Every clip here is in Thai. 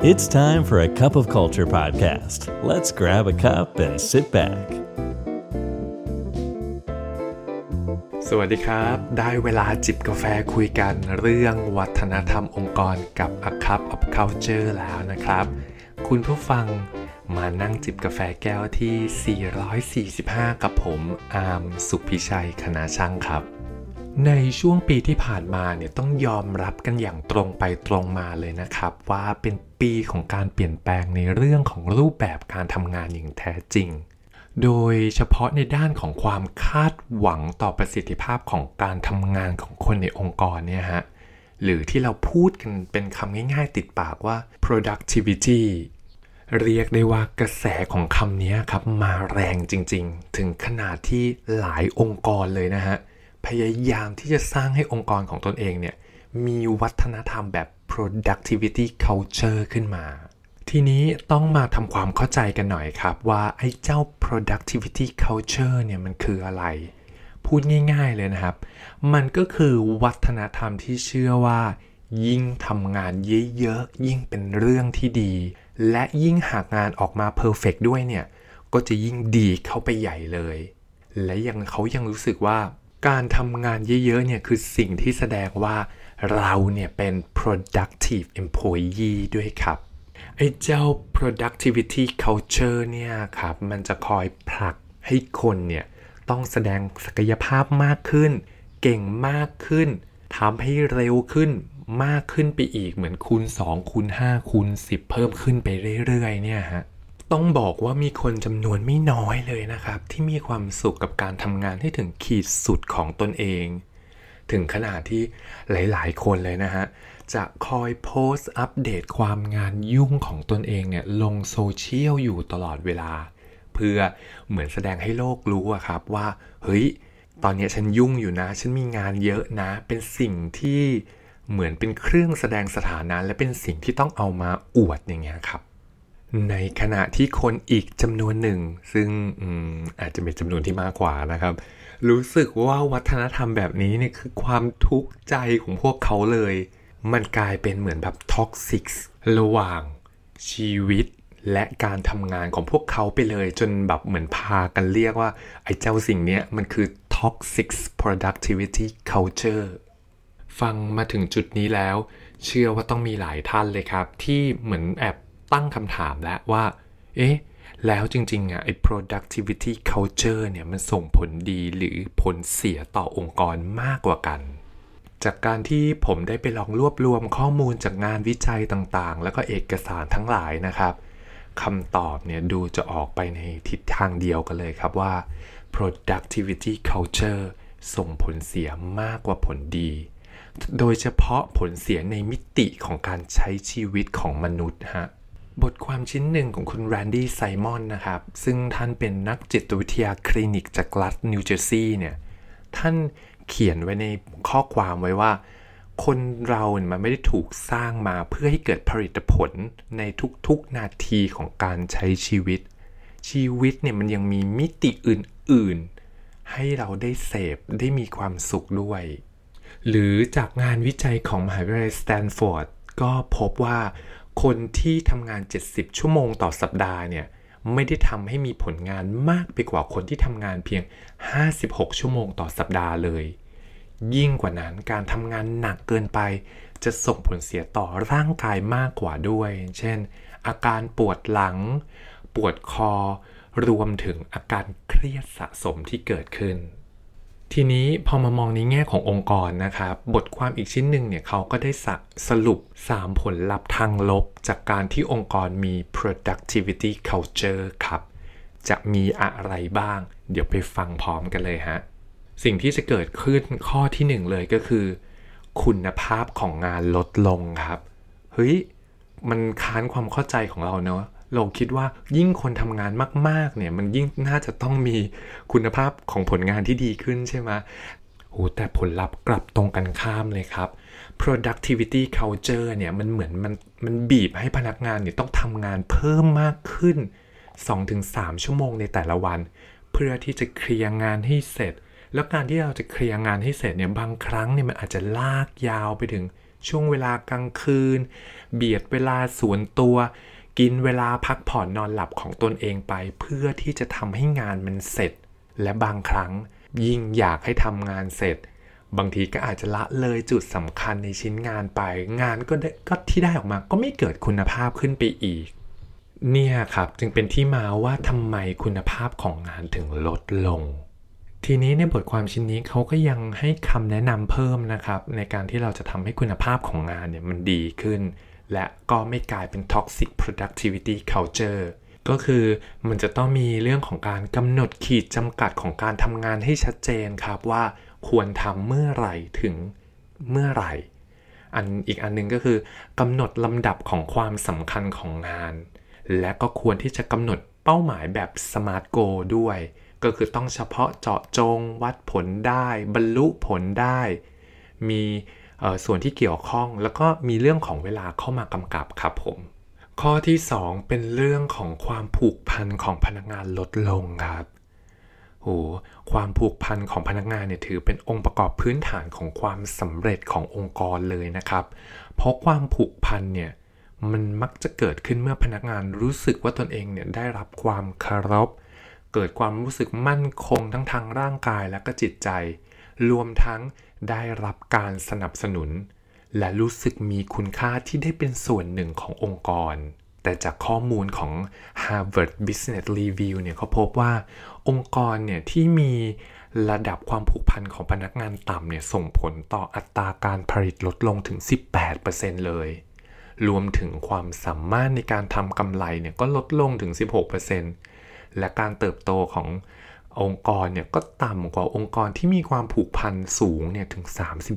It's time for a cup of culture podcast. Let's grab a cup and sit back. สวัสดีครับได้เวลาจิบกาแฟคุยกันเรื่องวัฒนธรรมองค์กรกับ A Cup of Culture แล้วนะครับคุณผู้ฟังมานั่งจิบกาแฟแก้วที่445กับผมอาร์มสุขพิชัยคณาช่างครับในช่วงปีที่ผ่านมาเนี่ยต้องยอมรับกันอย่างตรงไปตรงมาเลยนะครับว่าเป็นปีของการเปลี่ยนแปลงในเรื่องของรูปแบบการทำงานอย่างแท้จริงโดยเฉพาะในด้านของความคาดหวังต่อประสิทธิภาพของการทำงานของคนในองค์กรเนี่ยฮะหรือที่เราพูดกันเป็นคำง่ายๆติดปากว่า productivity เรียกได้ว่ากระแสของคำนี้ครับมาแรงจริงๆถึงขนาดที่หลายองค์กรเลยนะฮะพยายามที่จะสร้างให้องค์กรของตนเองเนี่ยมีวัฒนธรรมแบบ productivity culture ขึ้นมาทีนี้ต้องมาทำความเข้าใจกันหน่อยครับว่าไอ้เจ้า productivity culture เนี่ยมันคืออะไรพูดง่ายๆเลยนะครับมันก็คือวัฒนธรรมที่เชื่อว่ายิ่งทำงานเยอะๆยิ่งเป็นเรื่องที่ดีและยิ่งหากงานออกมา perfect ด้วยเนี่ยก็จะยิ่งดีเข้าไปใหญ่เลยและเขายังรู้สึกว่าการทำงานเยอะๆเนี่ยคือสิ่งที่แสดงว่าเราเนี่ยเป็น productive employee ด้วยครับไอ้เจ้า productivity culture เนี่ยครับมันจะคอยผลักให้คนเนี่ยต้องแสดงศักยภาพมากขึ้นเก่งมากขึ้นทำให้เร็วขึ้นมากขึ้นไปอีกเหมือนคูณ2คูณ5คูณ10เพิ่มขึ้นไปเรื่อยๆเนี่ยฮะต้องบอกว่ามีคนจำนวนไม่น้อยเลยนะครับที่มีความสุขกับการทำงานให้ถึงขีดสุดของตนเองถึงขนาดที่หลายๆคนเลยนะฮะจะคอยโพสต์อัปเดตความงานยุ่งของตนเองเนี่ยลงโซเชียลอยู่ตลอดเวลาเพื่อเหมือนแสดงให้โลกรู้อะครับว่าเฮ้ยตอนนี้ฉันยุ่งอยู่นะฉันมีงานเยอะนะเป็นสิ่งที่เหมือนเป็นเครื่องแสดงสถานะและเป็นสิ่งที่ต้องเอามาอวดอย่างเงี้ยครับในขณะที่คนอีกจำนวนหนึ่งซึ่งอาจจะเป็นจำนวนที่มากกว่านะครับรู้สึกว่าวัฒนธรรมแบบนี้เนี่ยคือความทุกข์ใจของพวกเขาเลยมันกลายเป็นเหมือนแบบท็อกซิกระหว่างชีวิตและการทำงานของพวกเขาไปเลยจนแบบเหมือนพากันเรียกว่าไอ้เจ้าสิ่งนี้มันคือ toxic productivity culture ฟังมาถึงจุดนี้แล้วเชื่อว่าต้องมีหลายท่านเลยครับที่เหมือนแอบตั้งคำถามแล้วว่าเอ๊ะแล้วจริงๆไอ้ productivity culture เนี่ยมันส่งผลดีหรือผลเสียต่อองค์กรมากกว่ากันจากการที่ผมได้ไปลองรวบรวมข้อมูลจากงานวิจัยต่างๆแล้วก็เอกสารทั้งหลายนะครับคำตอบเนี่ยดูจะออกไปในทิศทางเดียวกันเลยครับว่า productivity culture ส่งผลเสียมากกว่าผลดีโดยเฉพาะผลเสียในมิติของการใช้ชีวิตของมนุษย์ฮะบทความชิ้นหนึ่งของคุณแรนดี้ไซมอนนะครับซึ่งท่านเป็นนักจิตวิทยาคลินิกจากรัฐนิวเจอร์ซีย์เนี่ยท่านเขียนไว้ในข้อความไว้ว่าคนเราเนี่ยมันไม่ได้ถูกสร้างมาเพื่อให้เกิดผลิตผลในทุกๆนาทีของการใช้ชีวิตเนี่ยมันยังมีมิติอื่นๆให้เราได้เสพได้มีความสุขด้วยหรือจากงานวิจัยของมหาวิทยาลัยสแตนฟอร์ดก็พบว่าคนที่ทำงาน70ชั่วโมงต่อสัปดาห์เนี่ยไม่ได้ทำให้มีผลงานมากไปกว่าคนที่ทำงานเพียง56ชั่วโมงต่อสัปดาห์เลยยิ่งกว่านั้นการทำงานหนักเกินไปจะส่งผลเสียต่อร่างกายมากกว่าด้วยเช่นอาการปวดหลังปวดคอรวมถึงอาการเครียดสะสมที่เกิดขึ้นทีนี้พอมามองในแง่ขององค์กรนะครับบทความอีกชิ้นหนึ่งเนี่ยเขาก็ได้สรุป3ผลลัพธ์ทางลบจากการที่องค์กรมี productivity culture ครับจะมีอะไรบ้างเดี๋ยวไปฟังพร้อมกันเลยฮะสิ่งที่จะเกิดขึ้นข้อที่1เลยก็คือคุณภาพของงานลดลงครับเฮ้ยมันค้านความเข้าใจของเราเนอะเราคิดว่ายิ่งคนทำงานมากๆเนี่ยมันยิ่งน่าจะต้องมีคุณภาพของผลงานที่ดีขึ้นใช่ไหมแต่ผลลัพธ์กลับตรงกันข้ามเลยครับ productivity culture เนี่ยมันเหมือนมันบีบให้พนักงานเนี่ยต้องทำงานเพิ่มมากขึ้น 2-3 ชั่วโมงในแต่ละวันเพื่อที่จะเคลียร์งานให้เสร็จแล้วการที่เราจะเคลียร์งานให้เสร็จเนี่ยบางครั้งเนี่ยมันอาจจะลากยาวไปถึงช่วงเวลากลางคืนเบียดเวลาส่วนตัวกินเวลาพักผ่อนนอนหลับของตนเองไปเพื่อที่จะทำให้งานมันเสร็จและบางครั้งยิ่งอยากให้ทำงานเสร็จบางทีก็อาจจะละเลยจุดสำคัญในชิ้นงานไปงานก็ที่ได้ออกมาก็ไม่เกิดคุณภาพขึ้นไปอีกเนี่ยครับจึงเป็นที่มาว่าทำไมคุณภาพของงานถึงลดลงทีนี้ในบทความชิ้นนี้เขาก็ยังให้คำแนะนำเพิ่มนะครับในการที่เราจะทำให้คุณภาพของงานเนี่ยมันดีขึ้นและก็ไม่กลายเป็น toxic productivity culture ก็คือมันจะต้องมีเรื่องของการกำหนดขีดจำกัดของการทำงานให้ชัดเจนครับว่าควรทำเมื่อไหร่ถึงเมื่อไหร่อีกอันนึงก็คือกำหนดลำดับของความสำคัญของงานและก็ควรที่จะกำหนดเป้าหมายแบบ smart goal ด้วยก็คือต้องเฉพาะเจาะจงวัดผลได้บรรลุผลได้มีส่วนที่เกี่ยวข้องแล้วก็มีเรื่องของเวลาเข้ามากำกับครับผมข้อที่2เป็นเรื่องของความผูกพันของพนักงานลดลงครับความผูกพันของพนักงานเนี่ยถือเป็นองค์ประกอบพื้นฐานของความสำเร็จขององค์กรเลยนะครับเพราะความผูกพันเนี่ยมันมักจะเกิดขึ้นเมื่อพนักงานรู้สึกว่าตนเองเนี่ยได้รับความเคารพเกิดความรู้สึกมั่นคงทั้งทางร่างกายและก็จิตใจรวมทั้งได้รับการสนับสนุนและรู้สึกมีคุณค่าที่ได้เป็นส่วนหนึ่งขององค์กรแต่จากข้อมูลของ Harvard Business Review เนี่ยเขาพบว่าองค์กรเนี่ยที่มีระดับความผูกพันของพนักงานต่ำเนี่ยส่งผลต่ออัตราการผลิตลดลงถึง 18% เลยรวมถึงความสามารถในการทำกำไรเนี่ยก็ลดลงถึง 16% และการเติบโตขององค์กรเนี่ยก็ต่ำกว่าองค์กรที่มีความผูกพันสูงเนี่ยถึง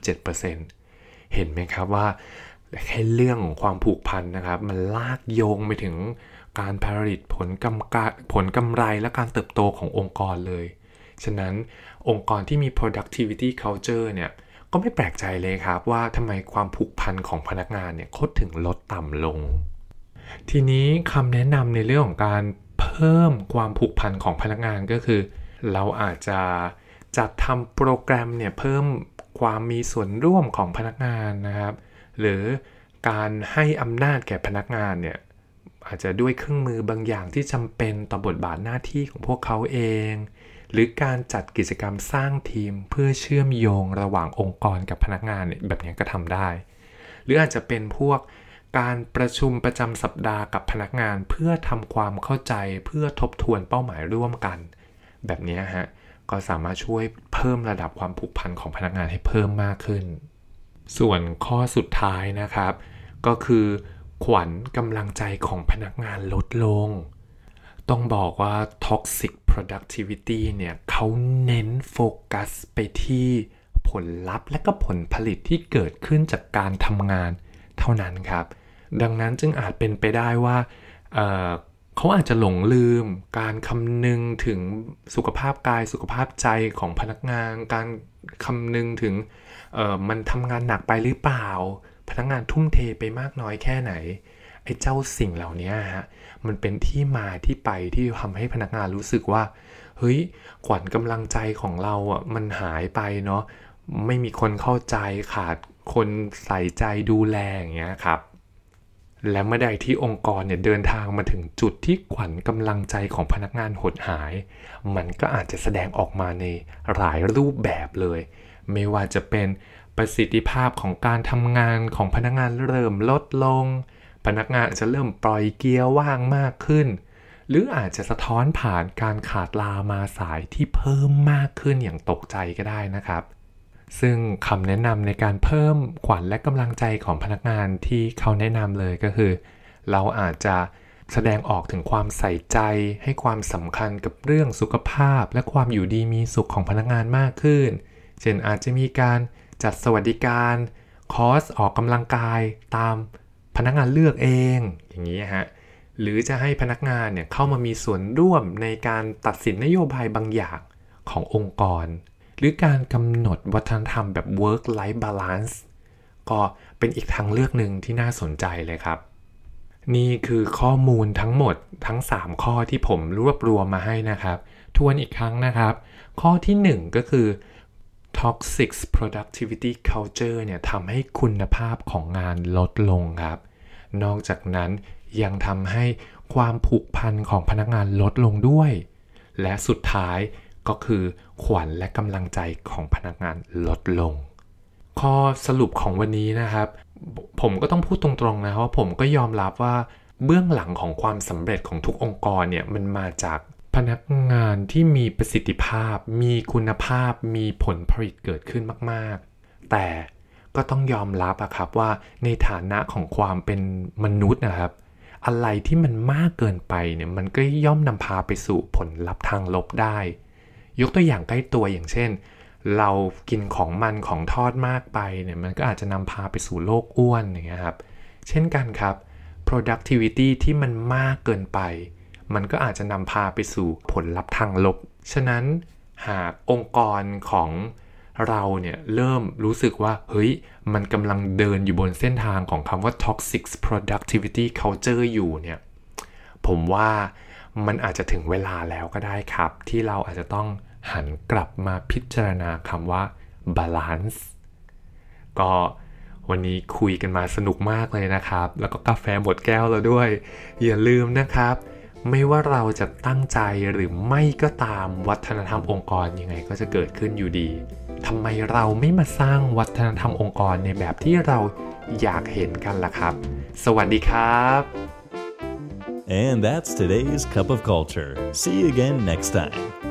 37% เห็นไหมครับว่าแค่เรื่องของความผูกพันนะครับมันลากโยงไปถึงการผลิตผลกำไรและการเติบโตขององค์กรเลยฉะนั้นองค์กรที่มี productivity culture เนี่ยก็ไม่แปลกใจเลยครับว่าทำไมความผูกพันของพนักงานเนี่ยเขาถึงลดต่ำลงทีนี้คำแนะนำในเรื่องของการเพิ่มความผูกพันของพนักงานก็คือเราอาจจะจัดทำโปรแกรมเนี่ยเพิ่มความมีส่วนร่วมของพนักงานนะครับหรือการให้อำนาจแก่พนักงานเนี่ยอาจจะด้วยเครื่องมือบางอย่างที่จำเป็นต่อบทบาทหน้าที่ของพวกเขาเองหรือการจัดกิจกรรมสร้างทีมเพื่อเชื่อมโยงระหว่างองค์กรกับพนักงานเนี่ยแบบนี้ก็ทำได้หรืออาจจะเป็นพวกการประชุมประจำสัปดาห์กับพนักงานเพื่อทำความเข้าใจเพื่อทบทวนเป้าหมายร่วมกันแบบนี้ฮะก็สามารถช่วยเพิ่มระดับความผูกพันของพนักงานให้เพิ่มมากขึ้นส่วนข้อสุดท้ายนะครับก็คือขวัญกำลังใจของพนักงานลดลงต้องบอกว่า toxic productivity เนี่ยเขาเน้นโฟกัสไปที่ผลลัพธ์และก็ผลผลิตที่เกิดขึ้นจากการทำงานเท่านั้นครับดังนั้นจึงอาจเป็นไปได้ว่าเขาอาจจะหลงลืมการคำนึงถึงสุขภาพกายสุขภาพใจของพนักงานการคำนึงถึงมันทำงานหนักไปหรือเปล่าพนักงานทุ่มเทไปมากน้อยแค่ไหนไอ้เจ้าสิ่งเหล่านี้ฮะมันเป็นที่มาที่ไปที่ทำให้พนักงานรู้สึกว่าเฮ้ยขวัญกำลังใจของเราอ่ะมันหายไปเนาะไม่มีคนเข้าใจขาดคนใส่ใจดูแลอย่างเงี้ยครับและเมื่อใดที่องค์กรเนี่ยเดินทางมาถึงจุดที่ขวัญกำลังใจของพนักงานหดหายมันก็อาจจะแสดงออกมาในหลายรูปแบบเลยไม่ว่าจะเป็นประสิทธิภาพของการทำงานของพนักงานเริ่มลดลงพนักงานอาจจะเริ่มปล่อยเกียร์ว่างมากขึ้นหรืออาจจะสะท้อนผ่านการขาดลามาสายที่เพิ่มมากขึ้นอย่างตกใจก็ได้นะครับซึ่งคำแนะนำในการเพิ่มขวัญและกำลังใจของพนักงานที่เขาแนะนำเลยก็คือเราอาจจะแสดงออกถึงความใส่ใจให้ความสำคัญกับเรื่องสุขภาพและความอยู่ดีมีสุขของพนักงานมากขึ้นเช่นอาจจะมีการจัดสวัสดิการคอร์สออกกำลังกายตามพนักงานเลือกเองอย่างนี้ฮะหรือจะให้พนักงานเนี่ยเข้ามามีส่วนร่วมในการตัดสินนโยบายบางอย่างขององค์กรหรือการกำหนดวัฒนธรรมแบบ work life balance ก็เป็นอีกทางเลือกหนึ่งที่น่าสนใจเลยครับนี่คือข้อมูลทั้งหมดทั้ง3ข้อที่ผมรวบรวมมาให้นะครับทวนอีกครั้งนะครับข้อที่1ก็คือ Toxic productivity culture เนี่ยทำให้คุณภาพของงานลดลงครับนอกจากนั้นยังทำให้ความผูกพันของพนักงานลดลงด้วยและสุดท้ายก็คือขวัญและกำลังใจของพนักงานลดลงข้อสรุปของวันนี้นะครับผมก็ต้องพูดตรงๆนะว่าผมก็ยอมรับว่าเบื้องหลังของความสำเร็จของทุกองค์กรเนี่ยมันมาจากพนักงานที่มีประสิทธิภาพมีคุณภาพมีผลผลิตเกิดขึ้นมากๆแต่ก็ต้องยอมรับอะครับว่าในฐานะของความเป็นมนุษย์นะครับอะไรที่มันมากเกินไปเนี่ยมันก็ย่อมนำพาไปสู่ผลลัพธ์ทางลบได้ยกตัวอย่างใกล้ตัวอย่างเช่นเรากินของมันของทอดมากไปเนี่ยมันก็อาจจะนำพาไปสู่โรคอ้วนอย่างเงี้ยครับเช่นกันครับ productivity ที่มันมากเกินไปมันก็อาจจะนำพาไปสู่ผลลัพธ์ทางลบฉะนั้นหากองค์กรของเราเนี่ยเริ่มรู้สึกว่าเฮ้ยมันกำลังเดินอยู่บนเส้นทางของคำว่า toxic productivity culture อยู่เนี่ยผมว่ามันอาจจะถึงเวลาแล้วก็ได้ครับที่เราอาจจะต้องหันกลับมาพิจารณาคำว่า balance ก็วันนี้คุยกันมาสนุกมากเลยนะครับแล้วก็กาแฟหมดแก้วแล้วด้วยอย่าลืมนะครับไม่ว่าเราจะตั้งใจหรือไม่ก็ตามวัฒนธรรมองค์กรยังไงก็จะเกิดขึ้นอยู่ดีทำไมเราไม่มาสร้างวัฒนธรรมองค์กรในแบบที่เราอยากเห็นกันล่ะครับสวัสดีครับ And that's today's Cup of Culture. See you again next time.